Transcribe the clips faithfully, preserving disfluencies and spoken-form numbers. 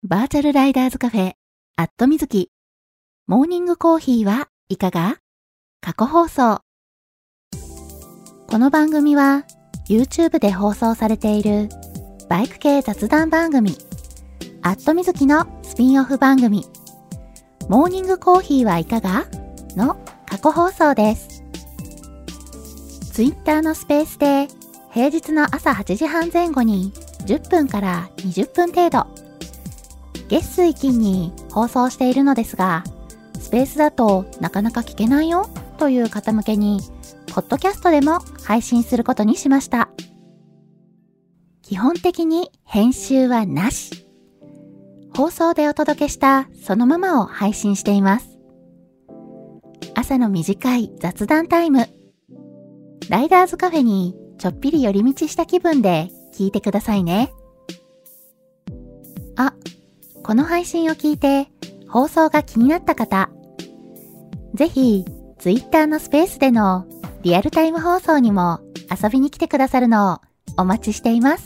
バーチャルライダーズカフェ、アットみずき。モーニングコーヒーはいかが？過去放送。この番組は YouTube で放送されているバイク系雑談番組、アットみずきのスピンオフ番組、モーニングコーヒーはいかが？の過去放送です。Twitter のスペースで平日の朝はちじはんぜん後にじゅっぷんからにじゅっぷん程度、月水金に放送しているのですが、スペースだとなかなか聞けないよという方向けに、ポッドキャストでも配信することにしました。基本的に編集はなし。放送でお届けしたそのままを配信しています。朝の短い雑談タイム。ライダーズカフェにちょっぴり寄り道した気分で聞いてくださいね。あ、この配信を聞いて放送が気になった方、ぜひ Twitter のスペースでのリアルタイム放送にも遊びに来てくださるのをお待ちしています。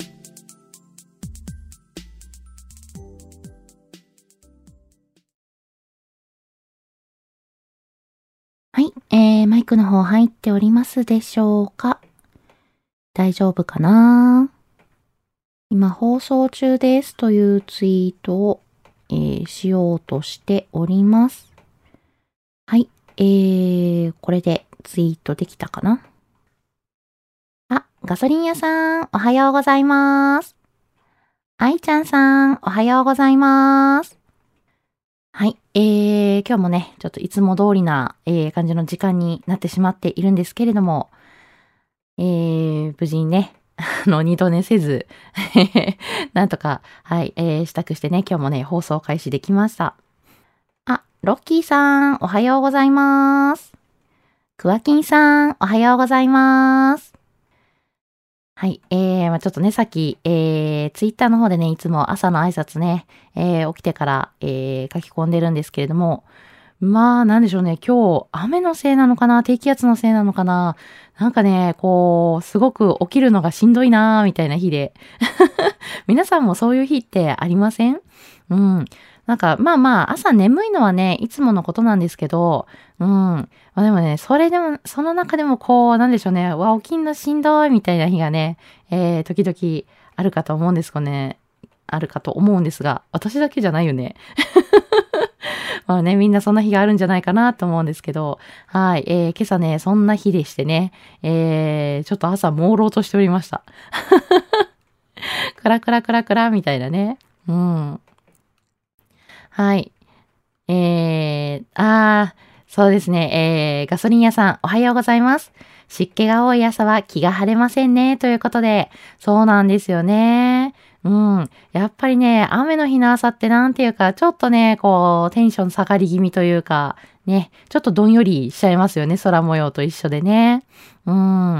はい、えー、マイクの方入っておりますでしょうか？大丈夫かな？今放送中ですというツイートを、えー、しようとしております。はい、えー、これでツイートできたかな？あ、ガソリン屋さん、おはようございます。愛ちゃんさん、おはようございます。はい、えー、今日もね、ちょっといつも通りな、えー、感じの時間になってしまっているんですけれども、えー、無事にね、あの、二度寝せず、なんとか、はい、えー、支度してね、今日もね、放送開始できました。あ、ロッキーさん、おはようございます。クワキンさん、おはようございます。はい、えー、まあ、ちょっとね、さっき、えー、ツイッターの方でね、いつも朝の挨拶ね、えー、起きてから、えー、書き込んでるんですけれども、まあ、なんでしょうね、今日、雨のせいなのかな、低気圧のせいなのかな、なんかね、こう、すごく起きるのがしんどいなーみたいな日で。皆さんもそういう日ってありません？うん。なんか、まあまあ、朝眠いのはね、いつものことなんですけど、うん。まあでもね、それでも、その中でもこう、なんでしょうね、わ、起きんのしんどいみたいな日がね、えー、時々あるかと思うんですかね。あるかと思うんですが、私だけじゃないよね。まあね、みんなそんな日があるんじゃないかなと思うんですけど、はい、えー、今朝ね、そんな日でしてね、えー、ちょっと朝朦朧としておりました。クラクラクラクラみたいなね。うん。はい。えー、あー、そうですね、えー、ガソリン屋さん、おはようございます。湿気が多い朝は気が晴れませんね、ということで、そうなんですよね。うん。やっぱりね、雨の日の朝ってなんていうか、ちょっとね、こう、テンション下がり気味というか、ね、ちょっとどんよりしちゃいますよね、空模様と一緒でね。うん。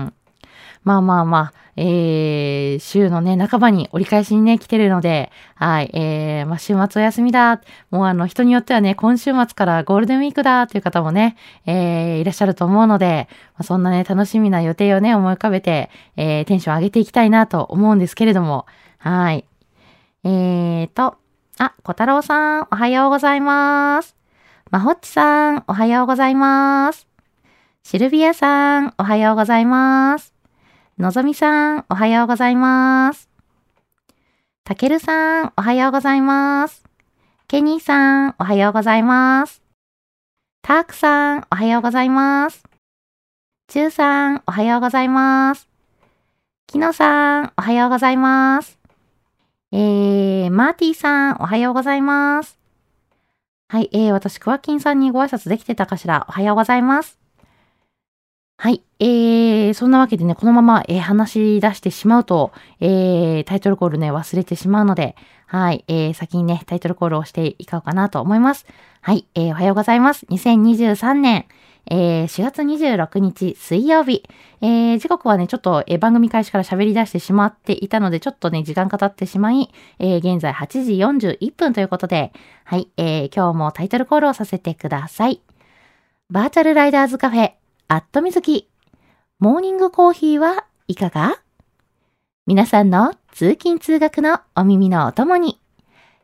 まあまあまあ、えー、週のね、半ばに折り返しにね、来てるので、はい、えー、まあ週末お休みだ。もうあの、人によってはね、今週末からゴールデンウィークだという方もね、えー、いらっしゃると思うので、まあ、そんなね、楽しみな予定をね、思い浮かべて、えー、テンション上げていきたいなと思うんですけれども、はい。えーと、あ、小太郎さん、おはようございます。まほっちさん、おはようございます。シルビアさん、おはようございます。のぞみさん、おはようございます。たけるさん、おはようございます。ケニーさん、おはようございます。タークさん、おはようございます。チューさん、おはようございます。キノさん、おはようございます。えー、マーティさん、おはようございます。はい、えー、私、クワキンさんにご挨拶できてたかしら？おはようございます。はい。えー、そんなわけでね、このまま、えー、話し出してしまうと、えー、タイトルコールね、忘れてしまうので、はい。えー、先にね、タイトルコールをしていこうかなと思います。はい。えー、おはようございます。にせんにじゅうさんねん、えー、しがつにじゅうろくにち水曜日。えー、時刻はね、ちょっと、えー、番組開始から喋り出してしまっていたので、ちょっとね、時間が経ってしまい、えー、現在はちじよんじゅういっぷんということで、はい。えー、今日もタイトルコールをさせてください。バーチャルライダーズカフェ、アットみずき。モーニングコーヒーはいかが？皆さんの通勤通学のお耳のお供に、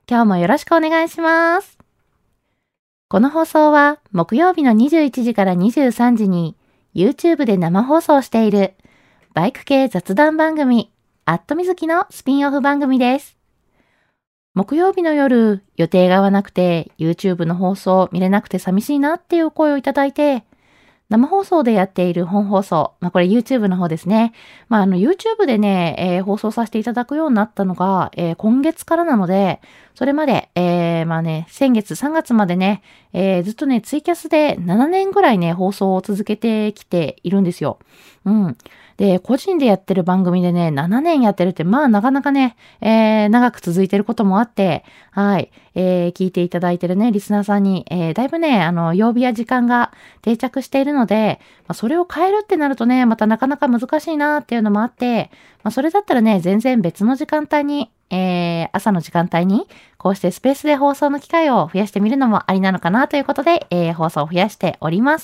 今日もよろしくお願いします。この放送は木曜日のにじゅういちじからにじゅうさんじに YouTube で生放送しているバイク系雑談番組アットみずきのスピンオフ番組です。木曜日の夜、予定が合わなくて YouTube の放送見れなくて寂しいなっていう声をいただいて、生放送でやっている本放送、まあこれ YouTube の方ですね。まああの YouTube でね、えー放送させていただくようになったのが、えー今月からなので、それまで、えーまあね、先月さんがつまでね、えーずっとね、ツイキャスでななねんぐらいね、放送を続けてきているんですよ。うん。で、個人でやってる番組でね、ななねんやってるって、まあなかなかね、えー長く続いてることもあって、はい、えー聞いていただいてるね、リスナーさんに、えーだいぶね、あの、曜日や時間が定着しているので、まあ、それを変えるってなるとね、またなかなか難しいなっていうのもあって、まあ、それだったらね、全然別の時間帯に、えー朝の時間帯に、こうしてスペースで放送の機会を増やしてみるのもありなのかなということで、えー放送を増やしております。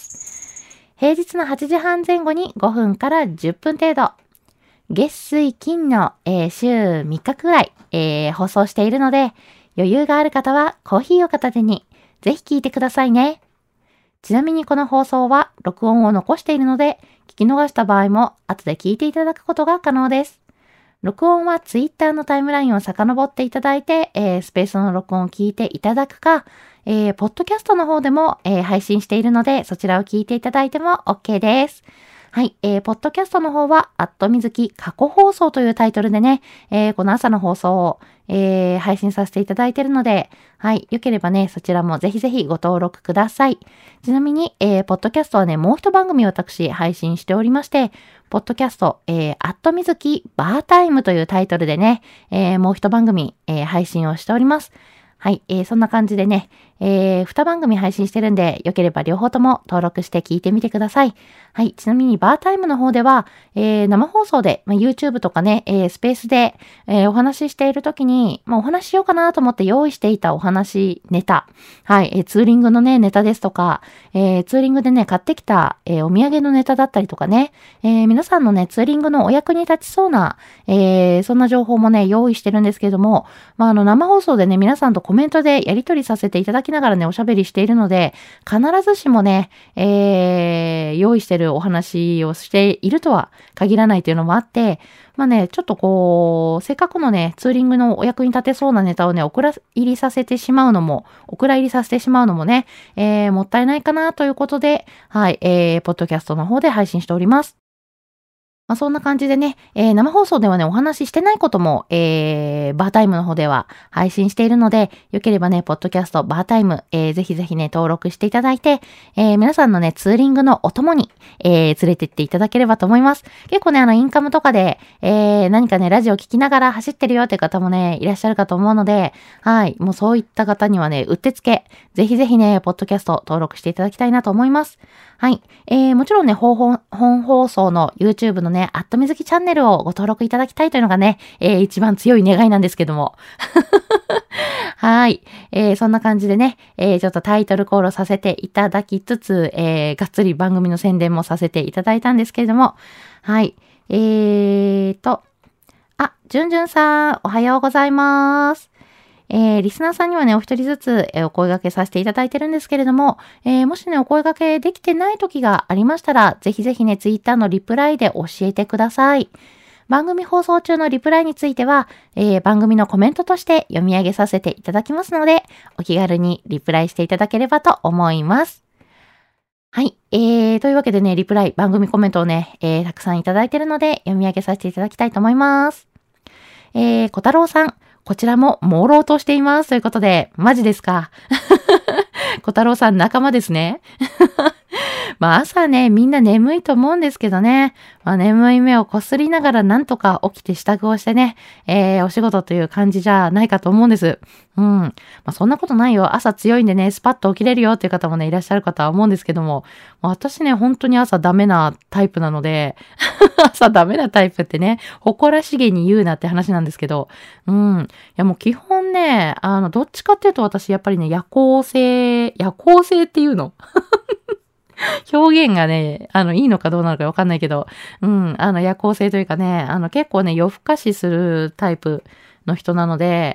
平日のはちじはんぜん後にごふんからじゅっぷん程度、月水金の、えー週みっかくらい、えー放送しているので、余裕がある方はコーヒーを片手に、ぜひ聞いてくださいね。ちなみにこの放送は録音を残しているので、聞き逃した場合も後で聞いていただくことが可能です。録音は Twitter のタイムラインを遡っていただいて、えースペースの録音を聞いていただくか、えーポッドキャストの方でも、えー配信しているので、そちらを聞いていただいても OK です。はい、えー、ポッドキャストの方は、アットみずき過去放送というタイトルでね、えーこの朝の放送を、えー配信させていただいているので、はい、よければね、そちらもぜひぜひご登録ください。ちなみに、えーポッドキャストはね、もう一番組私配信しておりまして、ポッドキャスト、えー、アットみずきバータイムというタイトルでね、えーもう一番組、えー配信をしております。はい、えーそんな感じでね、えー、二番組配信してるんで、よければ両方とも登録して聞いてみてください。はい、ちなみにバータイムの方では、えー生放送で、まあ、YouTube とかね、えースペースで、えーお話ししているときに、まあ、お話ししようかなと思って用意していたお話、ネタ。はい、えーツーリングのね、ネタですとか、えーツーリングでね、買ってきた、えーお土産のネタだったりとかね、えー皆さんのね、ツーリングのお役に立ちそうな、えーそんな情報もね、用意してるんですけれども、まあ、あの、生放送でね、皆さんとコメントでやり取りさせていただきながらね、おしゃべりしているので、必ずしもね、えー用意してるお話をしているとは限らないというのもあって、まあね、ちょっとこう、せっかくのね、ツーリングのお役に立てそうなネタをね、お蔵入りさせてしまうのも、お蔵入りさせてしまうのもね、えーもったいないかなということで、はい、えー、ポッドキャストの方で配信しております。まあ、そんな感じでね、えー生放送ではね、お話ししてないことも、えーバータイムの方では配信しているので、よければね、ポッドキャスト、バータイム、えーぜひぜひね、登録していただいて、えー皆さんのね、ツーリングのお供に、えー連れてっていただければと思います。結構ね、あの、インカムとかで、えー何かね、ラジオ聞きながら走ってるよって方もね、いらっしゃるかと思うので、はい、もうそういった方にはね、うってつけ、ぜひぜひね、ポッドキャスト登録していただきたいなと思います。はい。えー、もちろんね、本本本放送の YouTube のね、アットみずきチャンネルをご登録いただきたいというのがね、えー、一番強い願いなんですけども。はい。えー、そんな感じでね、えー、ちょっとタイトルコールさせていただきつつ、えー、がっつり番組の宣伝もさせていただいたんですけれども、はい。えーと、あ、じゅんじゅんさん、おはようございます。えー、リスナーさんにはね、お一人ずつ、えーお声掛けさせていただいてるんですけれども、えーもしね、お声掛けできてない時がありましたら、ぜひぜひね、ツイッターのリプライで教えてください。番組放送中のリプライについては、えー番組のコメントとして読み上げさせていただきますので、お気軽にリプライしていただければと思います。はい。えー、というわけでね、リプライ、番組コメントをね、えー、たくさんいただいているので、読み上げさせていただきたいと思います。えー、小太郎さん、こちらも朦朧としています。ということで、マジですか。小太郎さん仲間ですね。まあ朝ね、みんな眠いと思うんですけどね。まあ眠い目をこすりながらなんとか起きて支度をしてね、えー、お仕事という感じじゃないかと思うんです。うん。まあそんなことないよ。朝強いんでね、スパッと起きれるよっていう方もね、いらっしゃるかとは思うんですけども、まあ、私ね、本当に朝ダメなタイプなので、朝ダメなタイプってね、誇らしげに言うなって話なんですけど、うん。いやもう基本ね、あの、どっちかっていうと私やっぱりね、夜行性、夜行性っていうの表現がね、あの、いいのかどうなのかわかんないけど、うん、あの、夜行性というかね、あの、結構ね、夜更かしするタイプの人なので、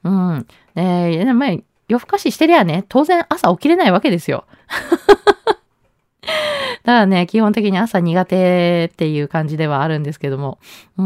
うん。えー、まあ、夜更かししてりゃね、当然朝起きれないわけですよ。だからね、基本的に朝苦手っていう感じではあるんですけども。うん。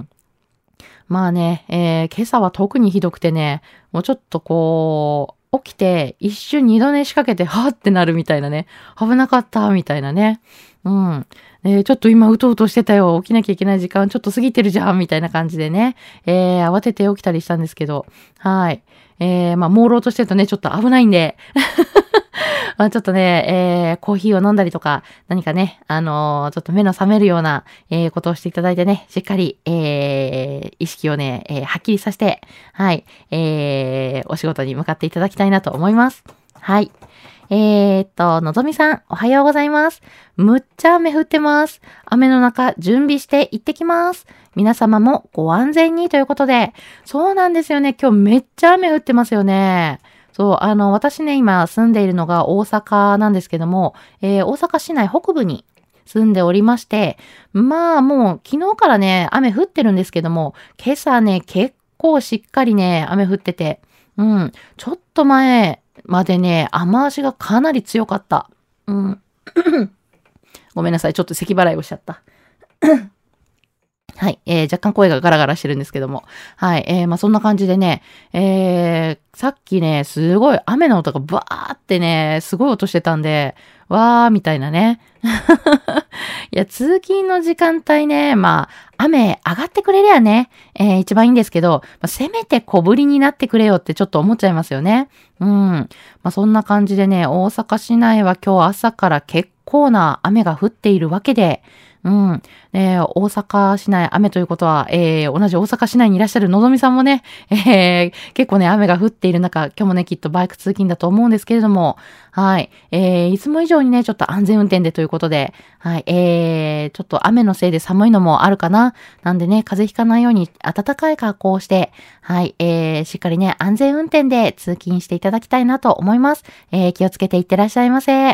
まあね、えー、今朝は特にひどくてね、もうちょっとこう、起きて一瞬二度寝しかけて、はぁってなるみたいなね。危なかった、みたいなね。うん。えー、ちょっと今うとうとしてたよ。起きなきゃいけない時間ちょっと過ぎてるじゃん、みたいな感じでね。えー、慌てて起きたりしたんですけど。はい。えー、まあ、朦朧としてるとね、ちょっと危ないんで。まあちょっとね、えー、コーヒーを飲んだりとか、何かね、あのーちょっと目の覚めるような、えー、ことをしていただいてね、しっかり、えー、意識をね、えー、はっきりさせて、はい、えー、お仕事に向かっていただきたいなと思います。はい。えーっと、のぞみさん、おはようございます。むっちゃ雨降ってます。雨の中、準備して行ってきます。皆様もご安全にということで、そうなんですよね。今日めっちゃ雨降ってますよね。そう、あの、私ね、今住んでいるのが大阪なんですけども、えー大阪市内北部に住んでおりまして、まあもう昨日からね、雨降ってるんですけども、今朝ね、結構しっかりね、雨降ってて、うん、ちょっと前までね、雨足がかなり強かった。うん。ごめんなさい、ちょっと咳払いをしちゃった。はい。えー、若干声がガラガラしてるんですけども。はい。えー、まあ、そんな感じでね、えー、さっきね、すごい雨の音がバーってね、すごい音してたんで、わー、みたいなね。いや、通勤の時間帯ね、まあ、雨上がってくれりゃね、えー、一番いいんですけど、まあ、せめて小降りになってくれよってちょっと思っちゃいますよね。うん。まあ、そんな感じでね、大阪市内は今日朝から結構な雨が降っているわけで、うん。ね、大阪市内雨ということは、えー、同じ大阪市内にいらっしゃるのぞみさんもね、えー、結構ね、雨が降っている中、今日もね、きっとバイク通勤だと思うんですけれども、はい。えー、いつも以上にね、ちょっと安全運転でということで、はい。えー、ちょっと雨のせいで寒いのもあるかな。なんでね、風邪ひかないように暖かい格好をして、はい。えー、しっかりね、安全運転で通勤していただきたいなと思います。えー、気をつけていってらっしゃいませ。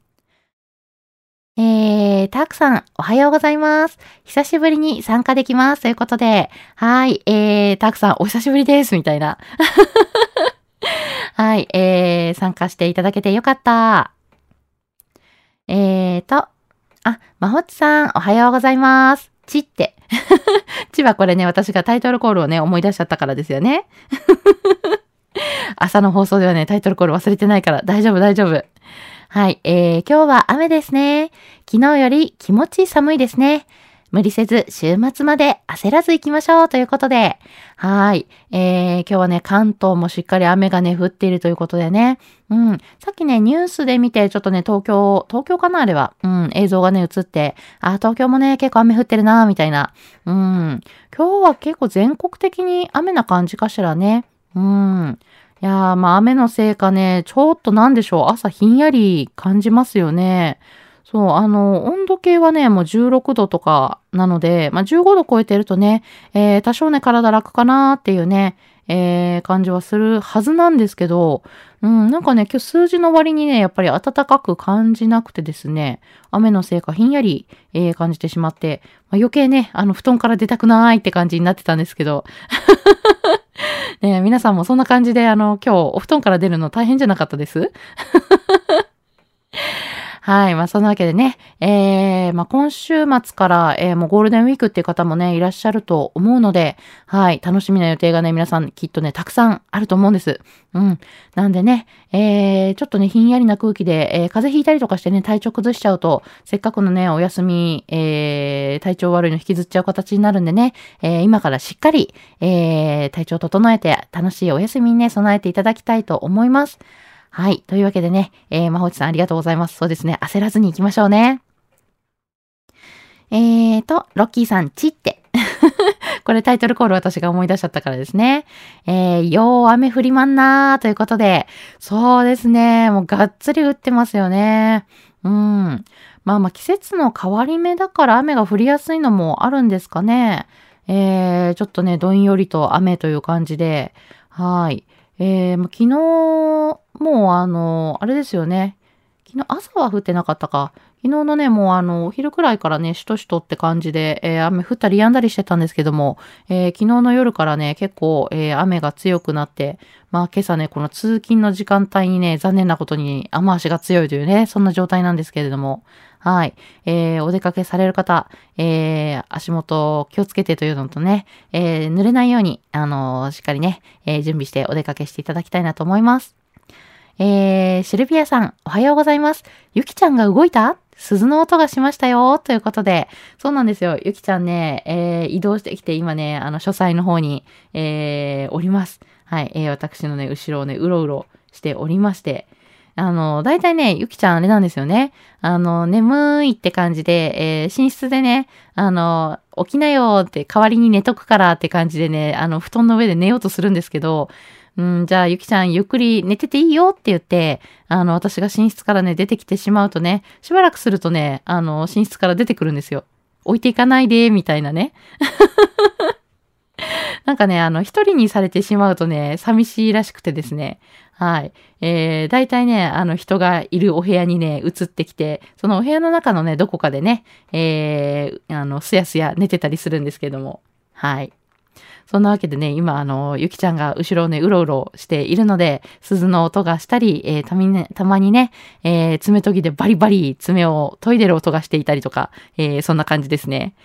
えー、たくさん、おはようございます。久しぶりに参加できます。ということで、はい、えー、たくさん、お久しぶりです。みたいな。はい、えー、参加していただけてよかった。えーと、あ、まほっちさん、おはようございます。ちって。ちはこれね、私がタイトルコールをね、思い出しちゃったからですよね。朝の放送ではね、タイトルコール忘れてないから、大丈夫、大丈夫。はい、えー、今日は雨ですね。昨日より気持ち寒いですね。無理せず週末まで焦らず行きましょうということで。はい。えー、今日はね、関東もしっかり雨がね、降っているということでね。うん。さっきね、ニュースで見て、ちょっとね、東京、東京かなあれは。うん、映像がね、映って、あ、東京もね、結構雨降ってるなみたいな。うん。今日は結構全国的に雨な感じかしらね。うん。いやー、まあ雨のせいかね、ちょっとなんでしょう、朝ひんやり感じますよね。そう、あの、温度計はね、もうじゅうろくどとかなので、まあじゅうごど超えてるとね、えー、多少ね、体楽かなーっていうね、えー、感じはするはずなんですけど、うん、なんかね、今日数字の割にね、やっぱり暖かく感じなくてですね、雨のせいかひんやり、えー、感じてしまって、まあ、余計ね、あの、布団から出たくないって感じになってたんですけど、ね、皆さんもそんな感じで、あの、今日お布団から出るの大変じゃなかったです？はい。まあ、そんなわけでね、えー、まあ、今週末から、えー、もうゴールデンウィークっていう方もね、いらっしゃると思うので、はい。楽しみな予定がね、皆さんきっとね、たくさんあると思うんです。うん。なんでね、えー、ちょっとね、ひんやりな空気で、えー、風邪ひいたりとかしてね、体調崩しちゃうと、せっかくのね、お休み、えー、体調悪いの引きずっちゃう形になるんでね、えー、今からしっかり、えー、体調整えて、楽しいお休みにね、備えていただきたいと思います。はい。というわけでね、えー、まほちさんありがとうございます。そうですね。焦らずに行きましょうね。えーと、ロッキーさん、ちって。これタイトルコール私が思い出しちゃったからですね。えー、よう雨降りまんなーということで、そうですね。もうがっつり降ってますよね。うん。まあまあ季節の変わり目だから雨が降りやすいのもあるんですかね。えー、ちょっとね、どんよりと雨という感じで、はい。えー、昨日、もうあの、あれですよね。昨日朝は降ってなかったか。 昨日のね、もうあの、お昼くらいからね、しとしとって感じで、えー雨降ったり止んだりしてたんですけども、えー昨日の夜からね、結構、えー雨が強くなって、まあ今朝ね、この通勤の時間帯にね、残念なことに雨足が強いというね、そんな状態なんですけれども、はい。えーお出かけされる方、えー足元気をつけてというのとね、えー濡れないように、あのーしっかりね、えー準備してお出かけしていただきたいなと思います。えー、シルビアさん、おはようございます。ゆきちゃんが動いた鈴の音がしましたよ。ということで、そうなんですよ。ゆきちゃんね、えー、移動してきて、今ね、あの、書斎の方に、えー、おります。はい、えー、私のね、後ろをね、うろうろしておりまして、あの、だいたいね、ゆきちゃんあれなんですよね。あの、眠いって感じで、えー、寝室でね、あの、起きなよって代わりに寝とくからって感じでね、あの、布団の上で寝ようとするんですけど、うん、じゃあ、ゆきちゃん、ゆっくり寝てていいよって言って、あの、私が寝室からね、出てきてしまうとね、しばらくするとね、あの、寝室から出てくるんですよ。置いていかないで、みたいなね。なんかね、あの、一人にされてしまうとね、寂しいらしくてですね。はい。えー、大体ね、あの、人がいるお部屋にね、移ってきて、そのお部屋の中のね、どこかでね、えー、あの、すやすや寝てたりするんですけども。はい。そんなわけでね、今、あの、ゆきちゃんが後ろをね、うろうろしているので、鈴の音がしたり、えーたみね、たまにね、えー爪研ぎでバリバリ爪を研いでる音がしていたりとか、えーそんな感じですね。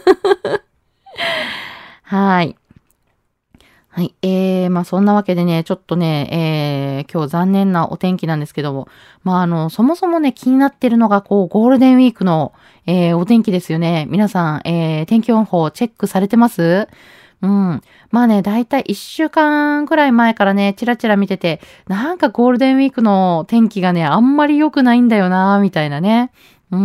はい。はい。えー、まあそんなわけでね、ちょっとね、えー、今日残念なお天気なんですけども、まああの、そもそもね、気になってるのが、こう、ゴールデンウィークの、えー、お天気ですよね。皆さん、えー、天気予報チェックされてます？うん。まあね、だいたいいっしゅうかんくらい前からね、チラチラ見てて、なんかゴールデンウィークの天気がね、あんまり良くないんだよな、みたいなね。うん。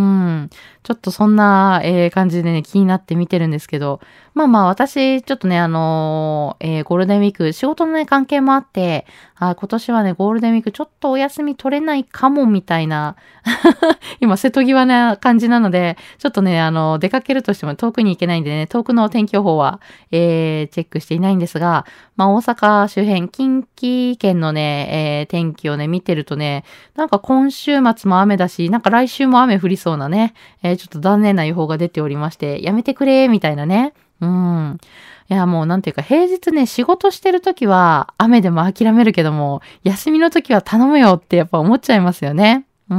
ちょっとそんな、えー感じでね、気になって見てるんですけど、まあまあ、私、ちょっとね、あのーえーゴールデンウィーク、仕事のね、関係もあって、あ、今年はね、ゴールデンウィーク、ちょっとお休み取れないかも、みたいな、今、瀬戸際な感じなので、ちょっとね、あの、出かけるとしても遠くに行けないんでね、遠くの天気予報は、えーチェックしていないんですが、まあ、大阪周辺、近畿圏のね、えー天気をね、見てるとね、なんか今週末も雨だし、なんか来週も雨降りそうなね、えーちょっと残念な予報が出ておりまして、やめてくれ、みたいなね。うん。いや、もうなんていうか、平日ね、仕事してるときは雨でも諦めるけども、休みのときは頼むよってやっぱ思っちゃいますよね。うん。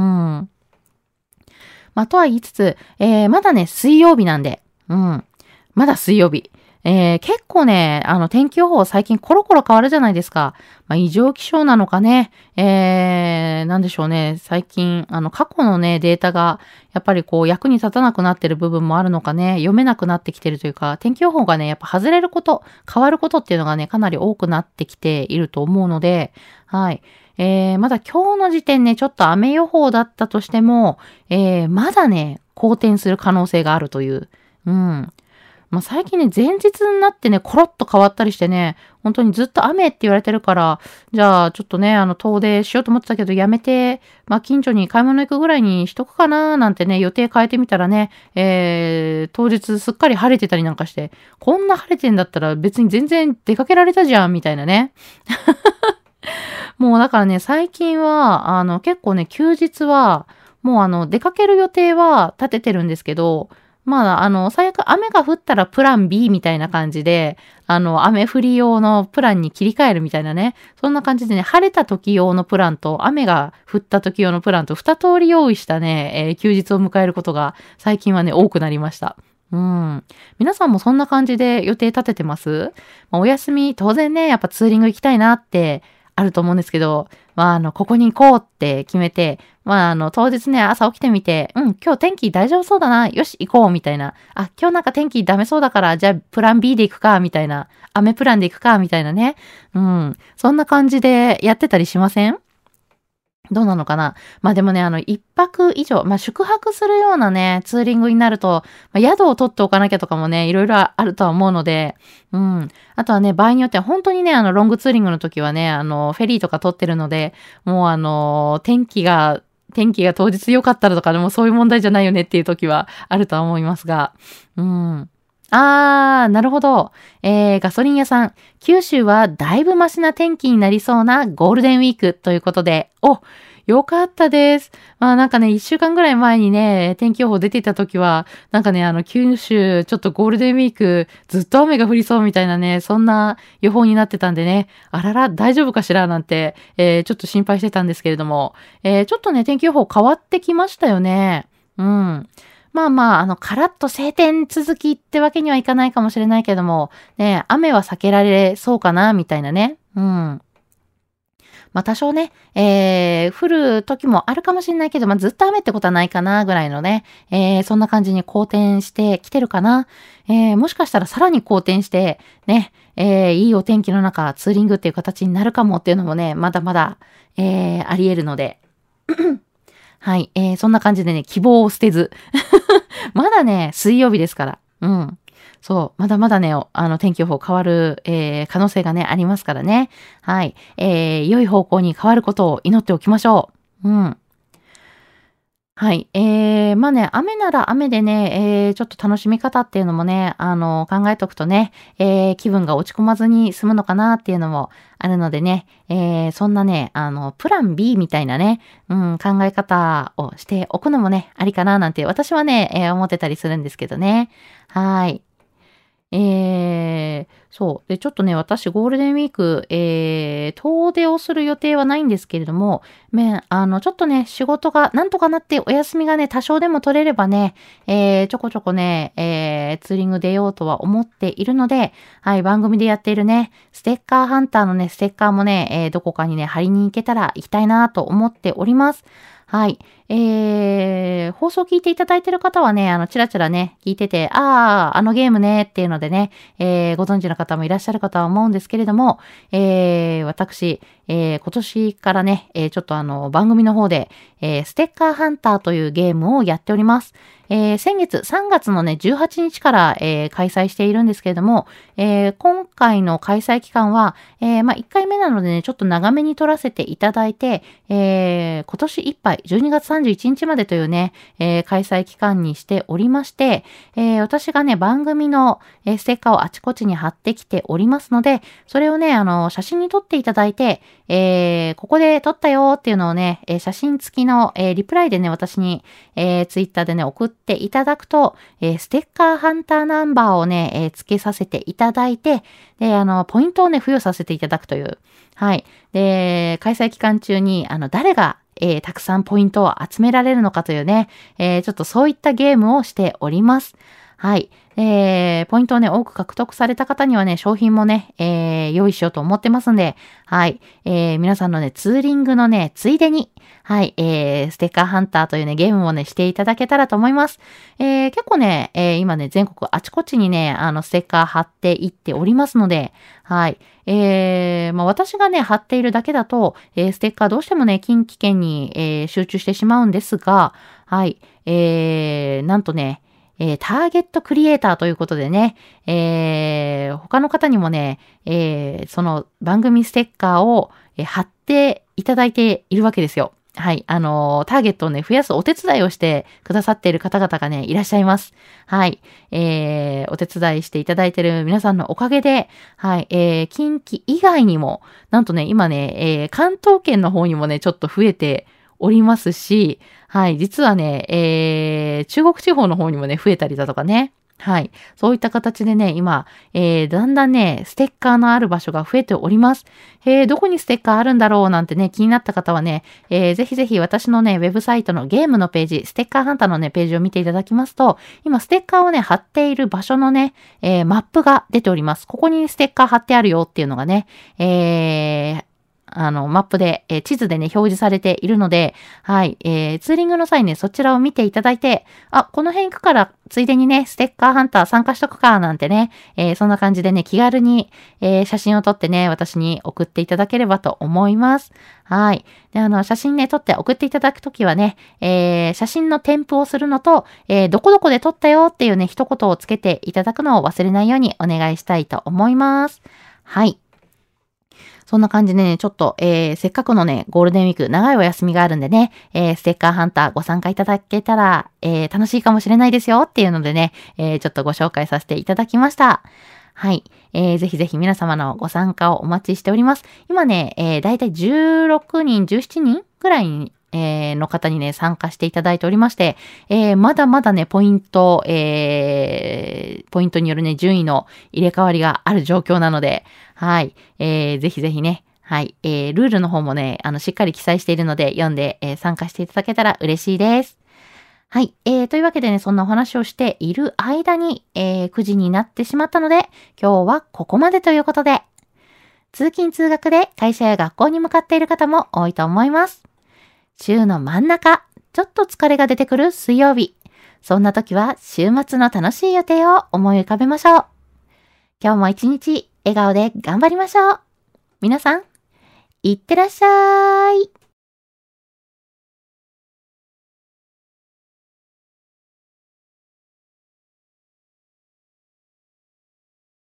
まあ、とは言いつつ、えー、まだね、水曜日なんで、うん。まだ水曜日。えー、結構ね、あの、天気予報最近コロコロ変わるじゃないですか。まあ、異常気象なのかね。えー、なんでしょうね。最近、あの、過去のね、データが、やっぱりこう、役に立たなくなってる部分もあるのかね。読めなくなってきてるというか、天気予報がね、やっぱ外れること、変わることっていうのがね、かなり多くなってきていると思うので、はい。えー、まだ今日の時点ね、ちょっと雨予報だったとしても、えー、まだね、好転する可能性があるという。うん。まあ、最近ね、前日になってね、コロッと変わったりしてね、本当にずっと雨って言われてるから、じゃあちょっとね、あの、遠出しようと思ってたけど、やめて、まあ、近所に買い物行くぐらいにしとくかなーなんてね、予定変えてみたらね、えー、当日すっかり晴れてたりなんかして、こんな晴れてんだったら別に全然出かけられたじゃん、みたいなね。もうだからね、最近は、あの、結構ね、休日は、もうあの、出かける予定は立ててるんですけど、まあ、あの、最悪雨が降ったらプラン ビー みたいな感じで、あの、雨降り用のプランに切り替えるみたいなね。そんな感じでね、晴れた時用のプランと、雨が降った時用のプランと、二通り用意したね、えー休日を迎えることが最近はね、多くなりました。うん。皆さんもそんな感じで予定立ててます？まあ、お休み、当然ね、やっぱツーリング行きたいなってあると思うんですけど、まあ、あの、ここに行こうって決めて、まあ、あの、当日ね、朝起きてみて、うん、今日天気大丈夫そうだな、よし、行こう、みたいな。あ、今日なんか天気ダメそうだから、じゃあ、プラン ビー で行くか、みたいな。雨プランで行くか、みたいなね。うん。そんな感じでやってたりしません？どうなのかな。まあでもね、あの、一泊以上、まあ宿泊するようなね、ツーリングになると、まあ、宿を取っておかなきゃとかもね、いろいろあるとは思うので、うん。あとはね、場合によっては本当にね、あの、ロングツーリングの時はね、あの、フェリーとか取ってるので、もうあの、天気が、天気が当日良かったらとかでもそういう問題じゃないよねっていう時はあるとは思いますが、うん。あー、なるほど。えー、ガソリン屋さん。九州はだいぶマシな天気になりそうなゴールデンウィークということで、お、 よかったです。まあなんかね、一週間ぐらい前にね、天気予報出てた時は、なんかね、あの、九州、ちょっとゴールデンウィーク、ずっと雨が降りそうみたいなね、そんな予報になってたんでね、あらら、大丈夫かしらなんて、えー、ちょっと心配してたんですけれども、えー、ちょっとね、天気予報変わってきましたよね。うん。まあまあ、あの、カラッと晴天続きってわけにはいかないかもしれないけども、ね、雨は避けられそうかな、みたいなね。うん。まあ多少ね、えー、降る時もあるかもしれないけど、まあずっと雨ってことはないかな、ぐらいのね、えー、そんな感じに好転してきてるかな。えー、もしかしたらさらに好転して、ね、えー、いいお天気の中、ツーリングっていう形になるかもっていうのもね、まだまだ、えー、あり得るので。はい、えー、そんな感じでね、希望を捨てず。まだね、水曜日ですから。うん。そう、まだまだね、あの、天気予報変わる、えー、可能性がね、ありますからね。はい。えー、良い方向に変わることを祈っておきましょう。うん。はい。えー、まあね、雨なら雨でね、えー、ちょっと楽しみ方っていうのもね、あの、考えておくとね、えー、気分が落ち込まずに済むのかなっていうのもあるのでね、えー、そんなね、あの、プラン B みたいなね、うん、考え方をしておくのもね、ありかななんて私はね、えー、思ってたりするんですけどね。はい。えー、そう。で、ちょっとね、私、ゴールデンウィーク、えー、遠出をする予定はないんですけれども、め、あの、ちょっとね、仕事がなんとかなってお休みがね、多少でも取れればね、えー、ちょこちょこね、えー、ツーリング出ようとは思っているので、はい、番組でやっているね、ステッカーハンターのね、ステッカーもね、えー、どこかにね、貼りに行けたら行きたいなと思っております。はい。えー、放送聞いていただいている方はね、あの、ちらちらね、聞いてて、ああ、あのゲームね、っていうのでね、えー、ご存知の方もいらっしゃるかとは思うんですけれども、えー、私、えー、今年からね、えー、ちょっとあの、番組の方で、えー、ステッカーハンターというゲームをやっております。えー、先月さんがつのね、じゅうはちにちから、えー、開催しているんですけれども、えー、今回の開催期間は、えー、まあ、いっかいめなのでね、ちょっと長めに撮らせていただいて、えー、今年いっぱい、じゅうにがつさんじゅういちにちまでというね、えー、開催期間にしておりまして、えー、私がね、番組の、えー、ステッカーをあちこちに貼ってきておりますので、それをね、あの、写真に撮っていただいて、えー、ここで撮ったよっていうのをね、えー、写真付きの、えー、リプライでね、私に、えー、ツイッターでね、送っていただくと、えー、ステッカーハンターナンバーをね、えー、付けさせていただいて、で、あの、ポイントをね、付与させていただくという。はい。で、開催期間中に、あの、誰が、えー、たくさんポイントを集められるのかというね、えー、ちょっとそういったゲームをしております。はい。えー、ポイントをね、多く獲得された方にはね、商品もね、えー、用意しようと思ってますんで、はい。えー、皆さんのね、ツーリングのね、ついでに、はい、えー、ステッカーハンターというね、ゲームをね、していただけたらと思います。えー、結構ね、えー、今ね、全国あちこちにね、あの、ステッカー貼っていっておりますので、はい。えー、まあ、私がね、貼っているだけだと、えー、ステッカーどうしてもね、近畿圏に、えー、集中してしまうんですが、はい。えー、なんとね、えー、ターゲットクリエイターということでね、えー、他の方にもね、えー、その番組ステッカーを、えー、貼っていただいているわけですよ。はい。あのー、ターゲットをね、増やすお手伝いをしてくださっている方々がね、いらっしゃいます。はい。えー、お手伝いしていただいている皆さんのおかげで、はい。えー、近畿以外にも、なんとね、今ね、えー、関東圏の方にもね、ちょっと増えておりますし、はい。実はね、えー、中国地方の方にもね、増えたりだとかね。はい。そういった形でね、今、えー、だんだんね、ステッカーのある場所が増えております。えー、どこにステッカーあるんだろうなんてね、気になった方はね、えー、ぜひぜひ私のね、ウェブサイトのゲームのページ、ステッカーハンターのね、ページを見ていただきますと、今、ステッカーをね、貼っている場所のね、えー、マップが出ております。ここにステッカー貼ってあるよっていうのがね、えー、あの、マップで、えー、地図でね、表示されているので、はい、えー、ツーリングの際ね、そちらを見ていただいて、あ、この辺行くから、ついでにね、ステッカーハンター参加しとくか、なんてね、えー、そんな感じでね、気軽に、えー、写真を撮ってね、私に送っていただければと思います。はい。で、あの、写真ね、撮って送っていただくときはね、えー、写真の添付をするのと、えー、どこどこで撮ったよっていうね、一言をつけていただくのを忘れないようにお願いしたいと思います。はい。そんな感じでね、ちょっと、えー、せっかくのね、ゴールデンウィーク、長いお休みがあるんでね、えー、ステッカーハンターご参加いただけたら、えー、楽しいかもしれないですよっていうのでね、えー、ちょっとご紹介させていただきました。 はい。えー、ぜひぜひ皆様のご参加をお待ちしております。今ね、えー、だいたいじゅうろくにん、じゅうななにんぐらいに、えー、の方にね、参加していただいておりまして、えー、まだまだね、ポイント、えー、ポイントによるね、順位の入れ替わりがある状況なので、はい。えー、ぜひぜひね、はい。えー、ルールの方もね、あの、しっかり記載しているので、読んで、えー、参加していただけたら嬉しいです。はい。えー、というわけでね、そんなお話をしている間に、えー、くじになってしまったので、今日はここまでということで、通勤通学で会社や学校に向かっている方も多いと思います。週の真ん中、ちょっと疲れが出てくる水曜日。そんな時は週末の楽しい予定を思い浮かべましょう。今日も一日笑顔で頑張りましょう。皆さん、いってらっしゃい。